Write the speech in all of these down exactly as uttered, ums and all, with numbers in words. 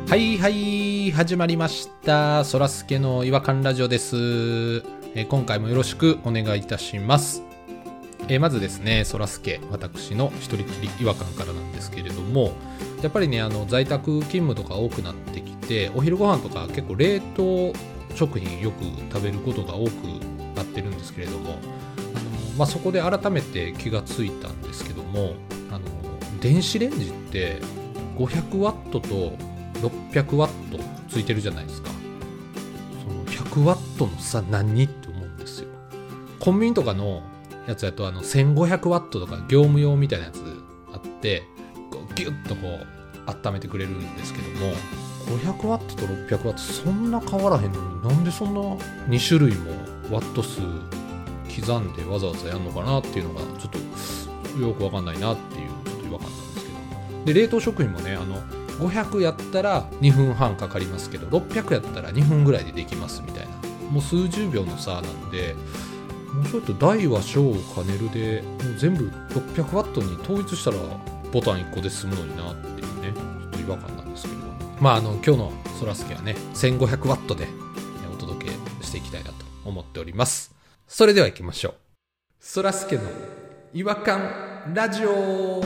はいはい始まりましたそらすけの違和感ラジオです、えー、今回もよろしくお願いいたします、えー、まずですねそらすけ私の一人きり違和感からなんですけれども、やっぱりねあの在宅勤務とか多くなってきて、お昼ご飯とか結構冷凍食品よく食べることが多くなってるんですけれども、あの、まあ、そこで改めて気がついたんですけども、あの電子レンジってごひゃくワットとろっぴゃくワットついてるじゃないですか。そのひゃくワットの差何って思うんですよ。コンビニとかのやつやとあのせんごひゃくワットとか業務用みたいなやつあって、こうギュッとこう温めてくれるんですけども、ごひゃくワットとろっぴゃくワットそんな変わらへんのに、なんでそんなに種類もワット数刻んでわざわざやるのかなっていうのがちょっとよくわかんないなっていうちょっと違和感なんですけど、で冷凍食品もね、あのごひゃくやったらにふんはんかかりますけど、ろっぴゃくやったらにふんぐらいでできますみたいな、もう数十秒の差なんで、もうちょっと大は小を兼ねるでもう全部ろっぴゃくワットに統一したらボタンいっこで済むのになっていうね、ちょっと違和感なんですけれども、まああの今日のそらすけはねせんごひゃくワットでお届けしていきたいなと思っております。それでは行きましょう。そらすけの違和感ラジオ。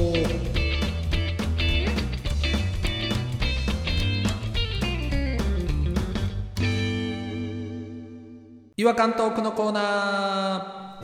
違和感トークのコーナー。はい、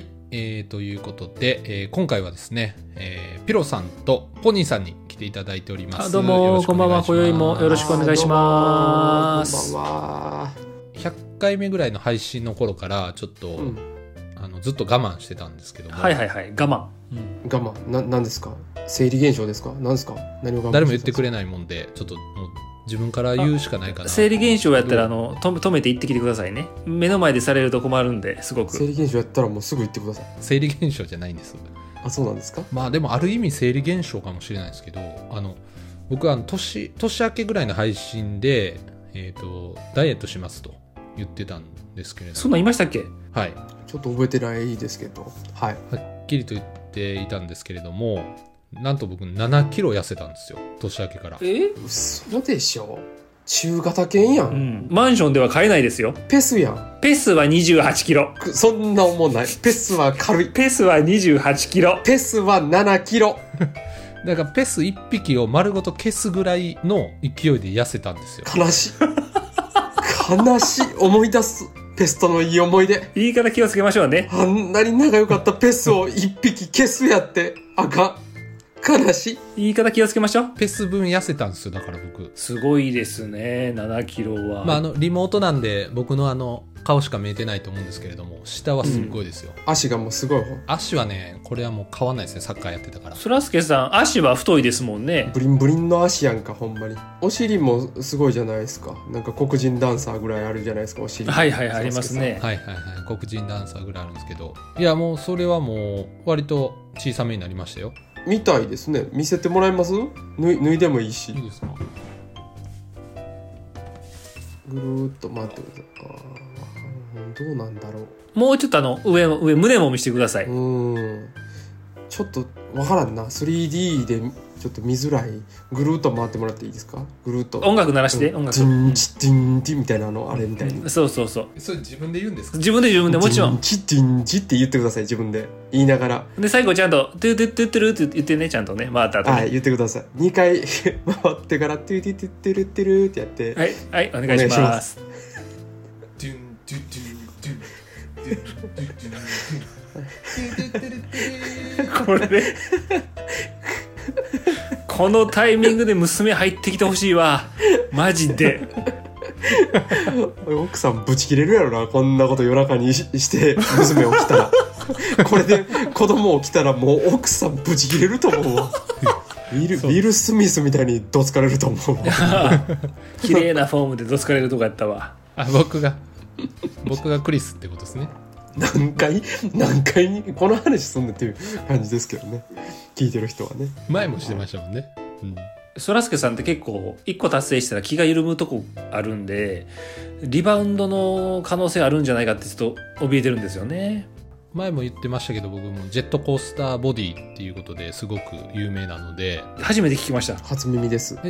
えー、ということで、えー、今回はですね、えー、ピロさんとポニーさんに来ていただいております。 どうもこんばんは、今宵もよろしくお願いします。 こんばんは。 ひゃっかいめぐらいの配信の頃からちょっと、うん、あのずっと我慢してたんですけども、 はいはいはい、我慢、 うん、我慢な、なんですか、生理現象ですか、なんですか、何を我慢してたんですか。 誰も言ってくれないもんでちょっともう自分から言うしかないかな。 生理現象やったらあの止めて言ってきてくださいね。目の前でされると困るんで。すごく生理現象やったらもうすぐ言ってください。 生理現象じゃないんです。 あ、そうなんですか。 まあでもある意味生理現象かもしれないですけど、あの僕はあの 年, 年明けぐらいの配信で、えーと、ダイエットしますと言ってたんですけれども。 そんなん言いましたっけ。 はい、 ちょっと覚えてないですけど、はい、 はっきりと言っていたんですけれども、なんと僕ななキロ痩せたんですよ、年明けから。 え、 嘘でしょ。中型犬やん、 うん、マンションでは買えないですよ。 ペスやん。 ペスはにじゅうはちキロ。 そんな重ない。ペスは軽い。 ペスはにじゅうはちキロ。 ペスはななキロ。 だからペスいっぴきを丸ごと消すぐらいの勢いで痩せたんですよ。 悲しい悲しい。思い出すペスとのいい思い出。 言い方気をつけましょうね。 あんなに仲良かったペスをいっぴき消すやってあかん。悲しい。 言い方気をつけましょう。 ペス分痩せたんですよ。だから僕すごいですね、ななキロは。 まああのリモートなんで僕のあの顔しか見えてないと思うんですけれども、下はすっごいですよ、 うん、足がもうすごい。 足はね、これはもう変わんないですね、サッカーやってたから。 そらすけさん足は太いですもんね。 ブリンブリンの足やんか、ほんまに。お尻もすごいじゃないですか。なんか黒人ダンサーぐらいあるじゃないですか、お尻。 はいはいはい、ありますね。 はいはいはい、黒人ダンサーぐらいあるんですけど、いやもうそれはもう割と小さめになりましたよ。 みたいですね。見せてもらえます？脱い、脱いでもいいし。 いいですか。 ぐるーっと回ってください。あ、どうなんだろう。もうちょっとあの上上胸も見せてください。 うーん。ちょっとわからんな。スリーディー でちょっと見づらい。ぐるーっと回ってもらっていいですか？ぐるーっと。 音楽鳴らして、 うん、 音楽。 ディンチディンチみたいなのあれみたいに。 そうそうそう。 それ自分で言うんですか？ 自分で自分でもちろん。 ディンチディンチって言ってください、自分で言いながら。 で最後ちゃんとトゥトゥトゥトゥルって言ってね、ちゃんとね、回った後に。 はい、言ってください。にかい回ってからトゥトゥトゥトゥルトゥルってやって。 はいはいお願いします。 ドゥンドゥドゥドゥンドゥドゥドゥこれでこのタイミングで娘入ってきてほしいわ、マジで。 奥さんブチ切れるやろな、こんなこと夜中に し, して娘起きたらこれで子供起きたらもう奥さんブチ切れると思うわ。ビル、ビル・スミスみたいにどつかれると思うわ。 綺麗なフォームでどつかれるとこやったわ。 あ、僕が僕がクリスってことですね。 何回何回にこの話すんねっていう感じですけどね、聞いてる人はね。 前もしてましたもんね、うん、 そらすけさんって結構いっこ達成したら気が緩むとこあるんで、リバウンドの可能性あるんじゃないかってちょっと怯えてるんですよね。 前も言ってましたけど、僕もジェットコースターボディっていうことですごく有名なので。 初めて聞きました。 初耳です。 え、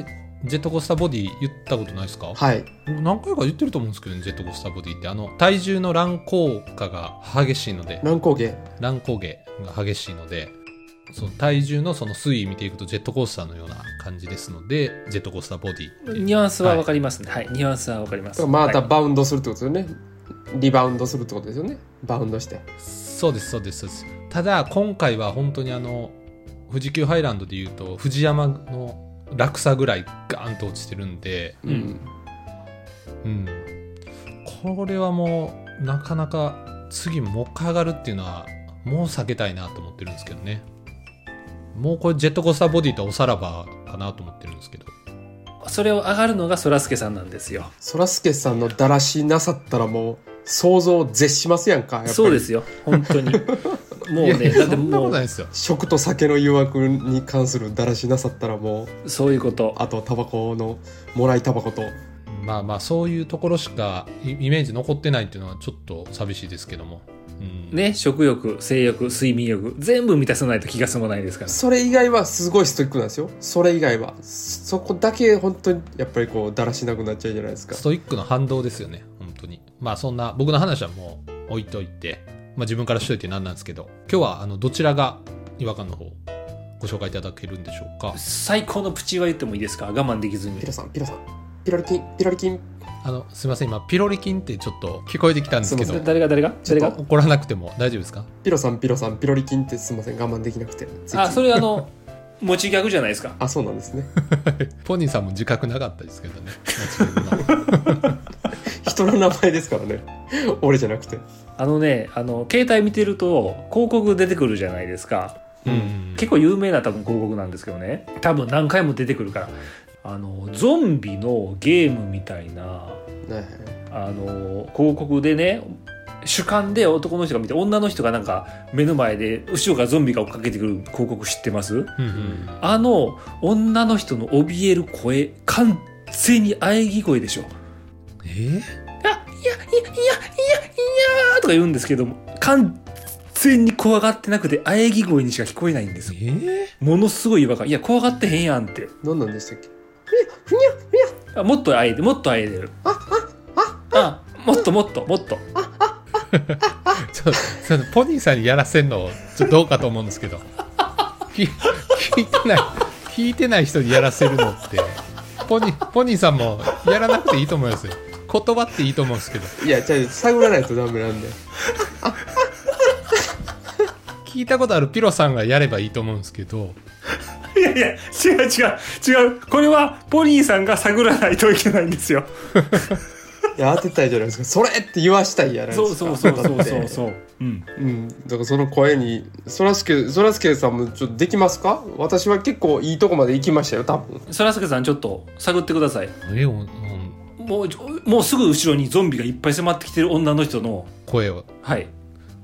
ジェットコースターボディ言ったことないですか？ はい。 何回か言ってると思うんですけどね、ジェットコースターボディってあの体重の乱高下が激しいので、 乱高下。 乱高下が激しいので、その体重のその推移見ていくとジェットコースターのような感じですので、ジェットコースターボディっていうニュアンスは分かりますね。はい、ニュアンスは分かります。 だからまたはいバウンドするってことですよね。リバウンドするってことですよね。バウンドして。 そうですそうですそうです。ただ今回は本当にあの富士急ハイランドでいうと富士山の落差ぐらいガーンと落ちてるんで、 うん。 うん、これはもうなかなか次もう一回上がるっていうのはもう避けたいなと思ってるんですけどね。もうこれジェットコースターボディとおさらばかなと思ってるんですけど、 それを上がるのがそらすけさんなんですよ。 そらすけさんのだらしなさったらもう想像を絶しますやんか。やっぱりそうですよ、本当に。もういやね、だってそんなこもうとないですよ。 食と酒の誘惑に関するだらしなさったらもう、 そういうこと。 あとタバコのもらいタバコと、 まあまあそういうところしかイイメージ残ってないっていうのはちょっと寂しいですけども、うん、 ね、食欲、性欲、睡眠欲、全部満たさないと気が済まないですから。 それ以外はすごいストイックなんですよ。それ以外はそこだけ本当にやっぱりこうだらしなくなっちゃうじゃないですか。 ストイックの反動ですよね本当に。まあそんな僕の話はもう置いといて、まあ、自分からしといてなんなんですけど、今日はあのどちらが違和感の方ご紹介いただけるんでしょうか。 最高のプチは言ってもいいですか？我慢できずにピロさんピロさんピロリキンピロリキン。 あのすいません、今ピロリ菌ってちょっと聞こえてきたんですけすいまど、 誰が誰が誰が怒らなくても大丈夫ですか？ ピロさんピロさんピロリキンってすいません我慢できなくてついついあ、それあの持ちギャグじゃないですか。 あ、そうなんですね。 ポニーさんも自覚なかったですけどね間違いない人の名前ですからね。俺じゃなくて。 あのね、あの携帯見てると広告出てくるじゃないですか。 うん結構有名な多分広告なんですけどね、多分何回も出てくるから、あのゾンビのゲームみたいなねあの広告でね、主観で男の人が見て女の人がなんか目の前で後ろからゾンビが追っかけてくる広告知ってます？ うんうんあの女の人の怯える声、完全に喘ぎ声でしょ。 えー、 あ、いやいやいやいやいやとか言うんですけども、完全に怖がってなくて喘ぎ声にしか聞こえないんですよ。 えものすごい違和感。いや怖がってへんやんって。 何なんでしたっけ。 あ、もっとあえでもっとあえでる。ああもっともっともっと。 ー、ちょちょっとポニーさんにやらせるのちょっとどうかと思うんですけど聞聞いてない聞いてない人にやらせるのってポニーポニーさんもやらなくていいと思いますよ。言葉っていいと思うんですけど、 いや、じゃあ探らないとダメなんで。 聞いたことあるピロさんがやればいいと思うんですけど、 いやいや違う違う違う。これはポニーさんが探らないといけないんですよ。 いや、当てたいじゃないですか。それって言わしたいじゃないですか。 そうそうそうそうだってそうそう。うん。 うん、だからその声にそらすけそらすけさんもちょっとできますか？私は結構いいとこまで行きましたよ多分。 そらすけさんちょっと探ってください。 えうん、 もうもうすぐ後ろにゾンビがいっぱい迫ってきてる女の人の、 声をはい。い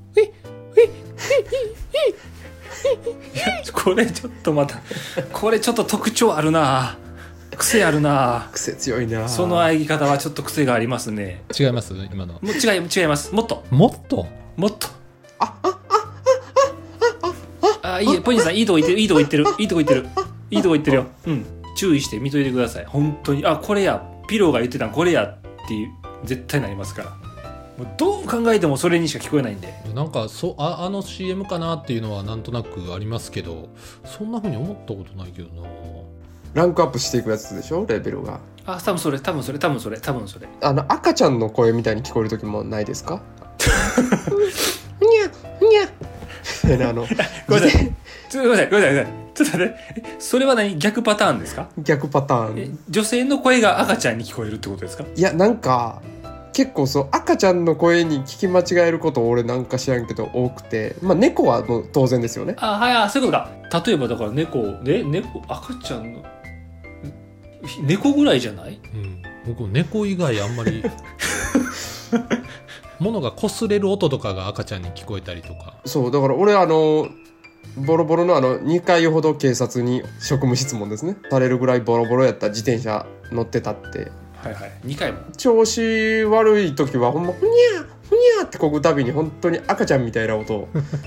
やこれちょっとまたこれちょっと特徴あるな、癖あるな。 癖強いな。 その喘ぎ方はちょっと癖がありますね。 違います今の。 もう違い違います。もっともっともっとああいいえ、ポニーさんいいとこ行ってるいいとこ行ってるいいとこ行ってるいいとこ行ってるよ。うん、注意して見といてください本当に。あ、これや、ピローが言ってたんこれやっていう絶対なりますから。もうどう考えてもそれにしか聞こえないんで。 なんかそ あ, あの シーエム かなっていうのはなんとなくありますけど、そんな風に思ったことないけどな。 ランクアップしていくやつでしょレベルが。 あ、多分それ多分それ多分それ多分それあの赤ちゃんの声みたいに聞こえる時もないですか？ふにゃふにゃみたいなあのごめんなさいちょっとごめんなさいごめんなさいちょっと待って、それは何、逆パターンですか？ 逆パターえン。 女性の声が赤ちゃんに聞こえるってことですか？ いやなんか結構そう赤ちゃんの声に聞き間違えること俺なんか知らんけど多くて、まあ猫はもう当然ですよね。 あ、はい、あ、そういうことか。例えばだから猫ね、猫赤ちゃんの猫ぐらいじゃない？ うん、僕猫以外あんまり物が擦れる音とかが赤ちゃんに聞こえたりとか。 そうだから俺あのボロボロのあのにかいほど警察に職務質問ですねされるぐらいボロボロやった自転車乗ってたって。 はいはい、にかいも。 調子悪い時はほんまふにゃふにゃってこぐたびに本当に赤ちゃんみたいな音を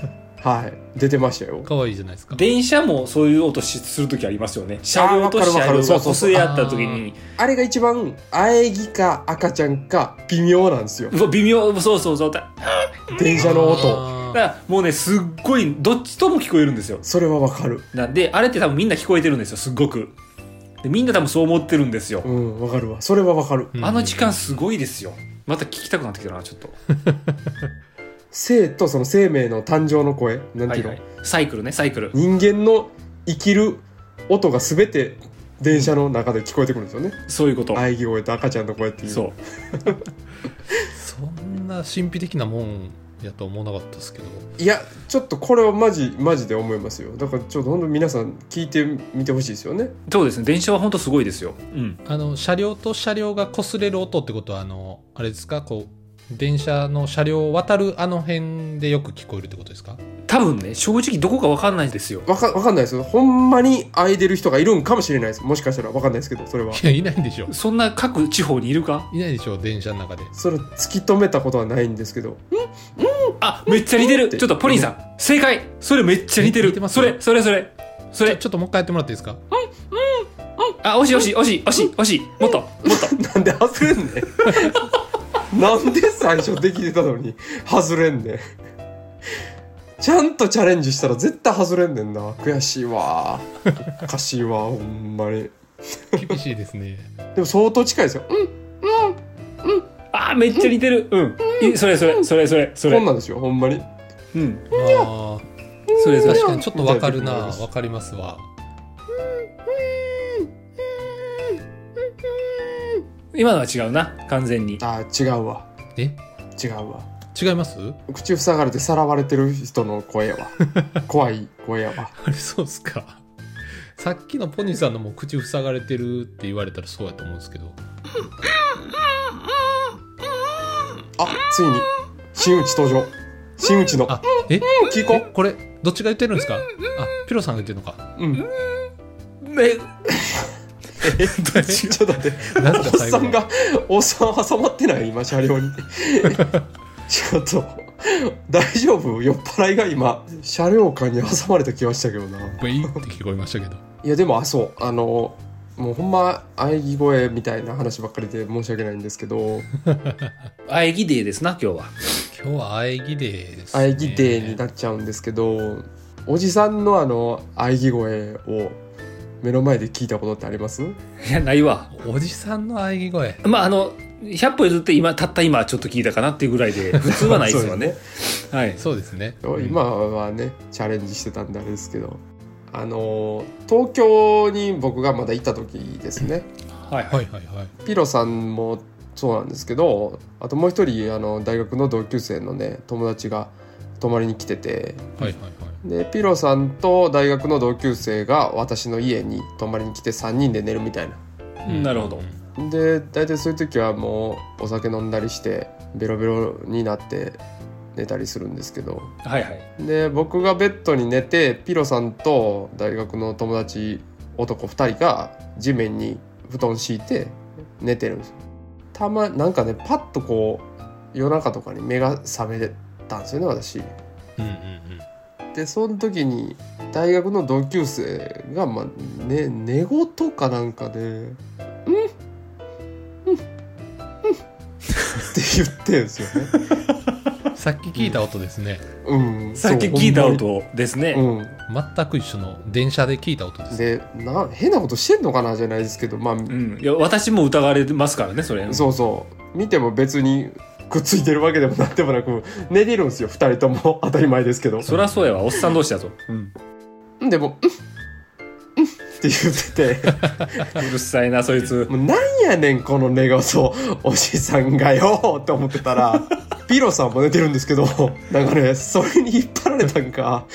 はい出てましたよ。 かわいいじゃないですか。 電車もそういう音しするときありますよね。車両とあーわかるわ車両がかるそうそう擦れ合ったときにあれが一番喘ぎか赤ちゃんか微妙なんですようわ微妙そうそうそうだ電車の音。 あーだからもうねすっごいどっちとも聞こえるんですよ。 それはわかる。 なんであれって多分みんな聞こえてるんですよすっごく。でみんな多分そう思ってるんですよ、 うんわかるわ。それはわかる。 うんあの時間すごいですよ。また聞きたくなってきたなちょっと生とその生命の誕生の声なんていうの、 はいはい、サイクルねサイクル。 人間の生きる音が全て電車の中で聞こえてくるんですよね。 そういうこと喘ぎ声と赤ちゃんの声っていう。 そうそんな神秘的なもんやと思わなかったですけど。 いやちょっとこれはマジマジで思いますよ。だからちょっと本当皆さん聞いてみてほしいですよね。 そうですね電車は本当すごいですよ。うんあの車両と車両が擦れる音ってことはあのあれですか、こう電車の車両を渡るあの辺でよく聞こえるってことですか？ 多分ね正直どこか分かんないんですよ。 わかわかんないですよ。ほんまに空いてる人がいるんかもしれないです。もしかしたらわかんないですけどそれは。 いやいないんでしょ。 そんな各地方にいるか。 いないでしょ電車の中で。 それ突き止めたことはないんですけど。 あめっちゃ似てる。ちょっとポリンさん正解。それめっちゃ似てる。 似てますそれそれそれそれちょちょっともう一回やってもらっていいですか？ あ惜しい惜しい惜しい惜しい惜しいもっともっとなんで外れんねんなんで最初できてたのに外れんねん。ちゃんとチャレンジしたら絶対外れんねんな。悔しいわおかしいわほんまに。 厳しいですね。 でも相当近いですよ。うんあめっちゃ似てる。うんいそれそれそれそれそれこんなんですよほんまに。 うんあそれそれー確かにちょっとわかるな。 みたいな時もありますわかりますわ。 今のは違うな完全に。 あー違うわえ違うわ。 違います口塞がれてさらわれてる人の声やわ怖い声やわ。 あれそうっすか。さっきのポニーさんのも口塞がれてるって言われたらそうやと思うんですけど。 あついに真打ち登場。真打ちのあえ聞こえこれどっちが言ってるんですか？あピロさんが言ってるのか。 う。うん。 えちょっと待って。 なんおっか最後のさんがおっさん挟まってない今車両に。ちょっと大丈夫？酔っ払いが今車両間に挟まれた気がしたけどな。 ブイーって聞こえましたけど。 いやでもあそうあのもうほんま喘ぎ声みたいな話ばっかりで申し訳ないんですけど、 喘ぎデーですな今日は。 今日は喘ぎデーですね。 喘ぎデーになっちゃうんですけど、おじさんのあの喘ぎ声を目の前で聞いたことってあります？ いやないわ。 おじさんの喘ぎ声。 まああのひゃっぽ譲って今たった今ちょっと聞いたかなっていうぐらいで普通はないですよね。はいそうですね。 今はねチャレンジしてたんであれですけど、あの東京に僕がまだいた時ですね。 はいはいはいはい。 ピロさんもそうなんですけど、あともう一人あの大学の同級生のね友達が泊まりに来てて、 はいはいはい。 でピロさんと大学の同級生が私の家に泊まりに来てさんにんで寝るみたいな。 うんなるほど。 で大体そういう時はもうお酒飲んだりしてベロベロになって寝たりするんですけど、 はいはいで僕がベッドに寝てピロさんと大学の友達男ふたりが地面に布団敷いて寝てるんですよ。たまなんかねパッとこう夜中とかに目が覚めたんですよね私。 うんうんうん。 でその時に大学の同級生が、まあね、寝言かなんかで「うんうんうん」って言ってるんですよね。 さっき聞いた音ですね。 うん、 さっき聞いた音ですね。 うん全く一緒の電車で聞いた音です。 でな変なことしてんのかなじゃないですけど、まあ、 うん、いや私も疑われてますからねそれ。 そうそう見ても別にくっついてるわけでもなんでもなく寝てるんですよふたりとも。当たり前ですけど。 そりゃそうやわおっさん同士だぞ。うん、 でも「うんうん」って言っててうるさいなそいつ。 もうなんやねんこの寝言おじさんがよって思ってたらピロさんも寝てるんですけど、なんかねそれに引っ張られたんか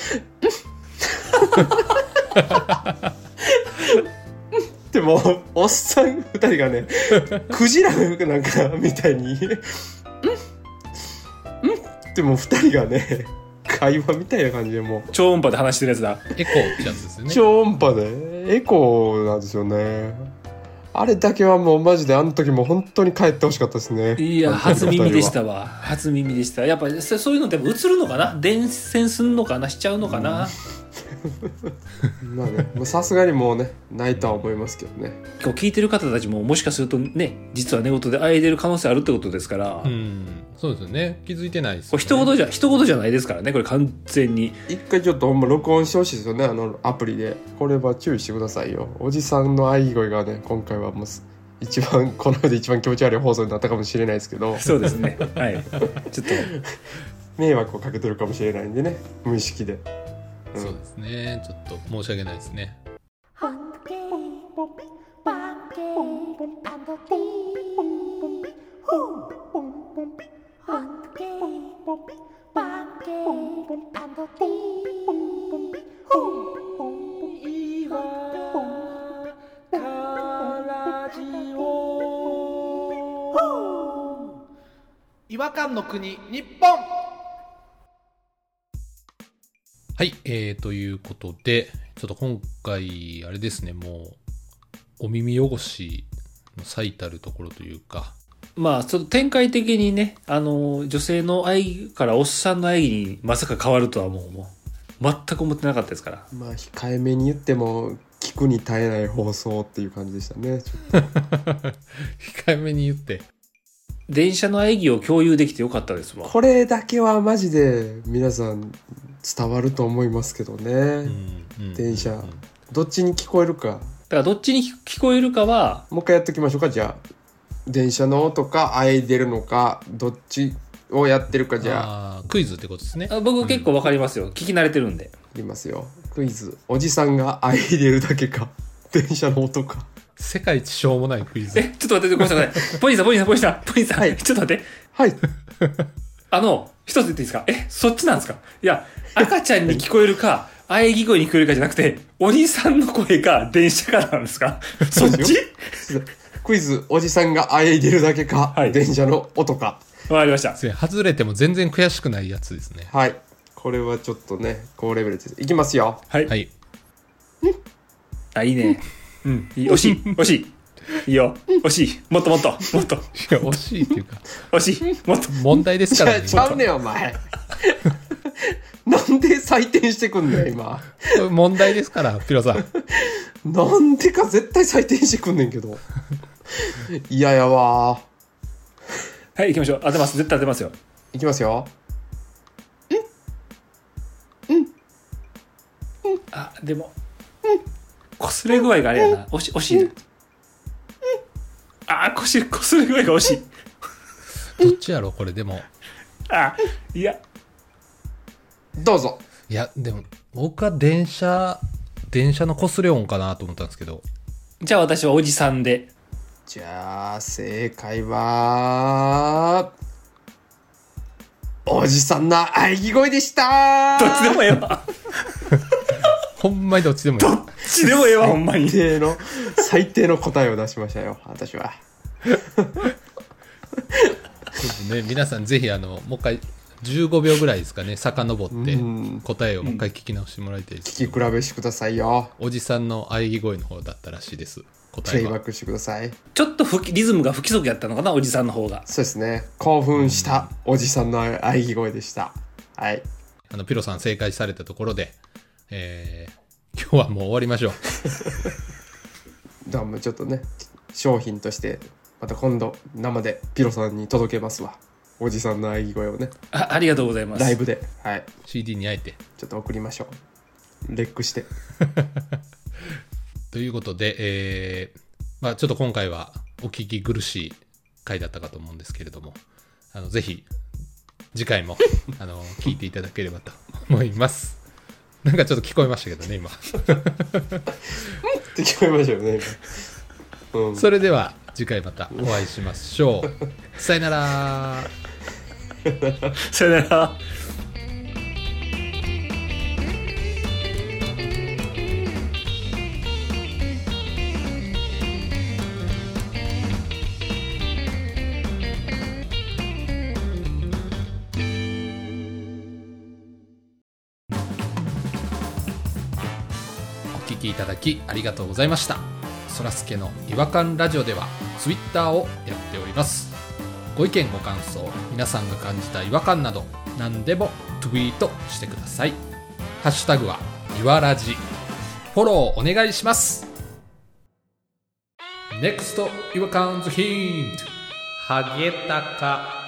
でもおっさんふたりがねクジラなんかみたいに「うんうん」ってもうふたりがね会話みたいな感じでもう超音波で話してるやつだ。 エコーってやつですよね。 超音波でエコーなんですよね。 あれだけはもうマジであの時も本当に帰ってほしかったですね。 いやあの時の二人は初耳でしたわ。初耳でした。やっぱりそそういうのって映るのかな、伝染すんのかな、しちゃうのかな、 まあね、もうさすがにもうねないとは思いますけどね。 今日聞いてる方たちももしかするとね、実は寝言であえいでる可能性あるってことですから、 うん、そうですよね。気づいてないですよね。 これ一言じゃ一言じゃないですからね、これ完全に。 一回ちょっとほんま録音してほしいですよね、あのアプリで。これは注意してくださいよ。おじさんの喘ぎ声がね今回はもう一番この世で一番気持ち悪い放送になったかもしれないですけど、 そうですね。はい。ちょっと迷惑をかけてるかもしれないんでね、無意識で。うん、 そうですね。ちょっと申し訳ないですね。違和感の国日本。はい、えー、ということでちょっと今回あれですね、もうお耳汚しの最たるところというか、 まあちょっと展開的にね、あの女性の愛義からおっさんの愛義にまさか変わるとはもうもう全く思ってなかったですから。 まあ控えめに言っても聞くに耐えない放送っていう感じでしたね。ちょっと控えめに言って電車の愛義を共有できてよかったですわ。 これだけはマジで皆さん伝わると思いますけどね、うんうん、電車どっちに聞こえるか、だからどっちに聞こえるかはもう一回やっておきましょうか。じゃあ電車の音かあいでるのかどっちをやってるか、じゃああクイズってことですね。 あ僕結構わかりますよ、うん、聞き慣れてるんで。 いきますよ、クイズ。おじさんがあいでるだけか電車の音か。 世界一しょうもないクイズ。 えちょっと待ってごめんなさいポニーさんポニーさんポニーさんポニーさん、はい、ちょっと待ってはいあの一つ言っていいですか。えそっちなんですか。いや赤ちゃんに聞こえるか喘ぎ声に聞こえるかじゃなくておじさんの声か電車かなんですかそっちクイズおじさんがあいでるだけか、はい、電車の音か。 わかりました。 外れても全然悔しくないやつですね。 はい、これはちょっとね高レベルです。いきますよ。 はい、 はい、 あいいねうんいい、惜しい惜しいいいよ惜しい、もっともっともっと。いや惜しいっていうか惜しい、もっと問題ですからね。 ちゃうねんお前なんで採点してくんねん今問題ですからピロさんなんでか絶対採点してくんねんけど嫌やわ。 はい行きましょう。当てます、絶対当てますよ。 いきますよ。 うんうんあでもこすれ具合があれやな、惜しい惜しい、うん、あこしこすれ具合が惜しいどっちやろこれ。でもあいやどうぞ。 いやでも僕は電車電車のこすれ音かなと思ったんですけど、 じゃあ私はおじさんで。 じゃあ正解はおじさんの喘ぎ声でした。 どっちでもええわほんまにどっちでもいい。 どっちでもええわほんまに。 最低の最低の答えを出しましたよ私はそうですね、皆さんぜひあのもう一回じゅうごびょうぐらいですかね遡って答えをもう一回聞き直してもらいたいです、 うん、聞き比べしてくださいよ。 おじさんの喘ぎ声の方だったらしいです。答えはプレイバックしてください。 ちょっと不リズムが不規則やったのかなおじさんの方が。 そうですね、興奮したおじさんの喘ぎ声でした。はい、 あのピロさん正解されたところで、えー、今日はもう終わりましょうじゃあもうちょっとね商品としてまた今度生でピロさんに届けますわ、おじさんの喘ぎ声をね。 あ, ありがとうございます。 ライブで、はい、 シーディー にあえてちょっと送りましょう、レックしてということで、えーまあ、ちょっと今回はお聞き苦しい回だったかと思うんですけれども、あのぜひ次回もあの聞いていただければと思います。なんかちょっと聞こえましたけどね今って聞こえましたよね今、うん、 それでは次回またお会いしましょうさよならさよなら。 お聞きいただきありがとうございました。 そらすけの違和感ラジオではツイッターをやっております。ご意見ご感想、皆さんが感じた違和感など何でもツイートしてください。ハッシュタグはいわらじ、フォローお願いします。 ネクスト 違和感ズヒント、ハゲタカ。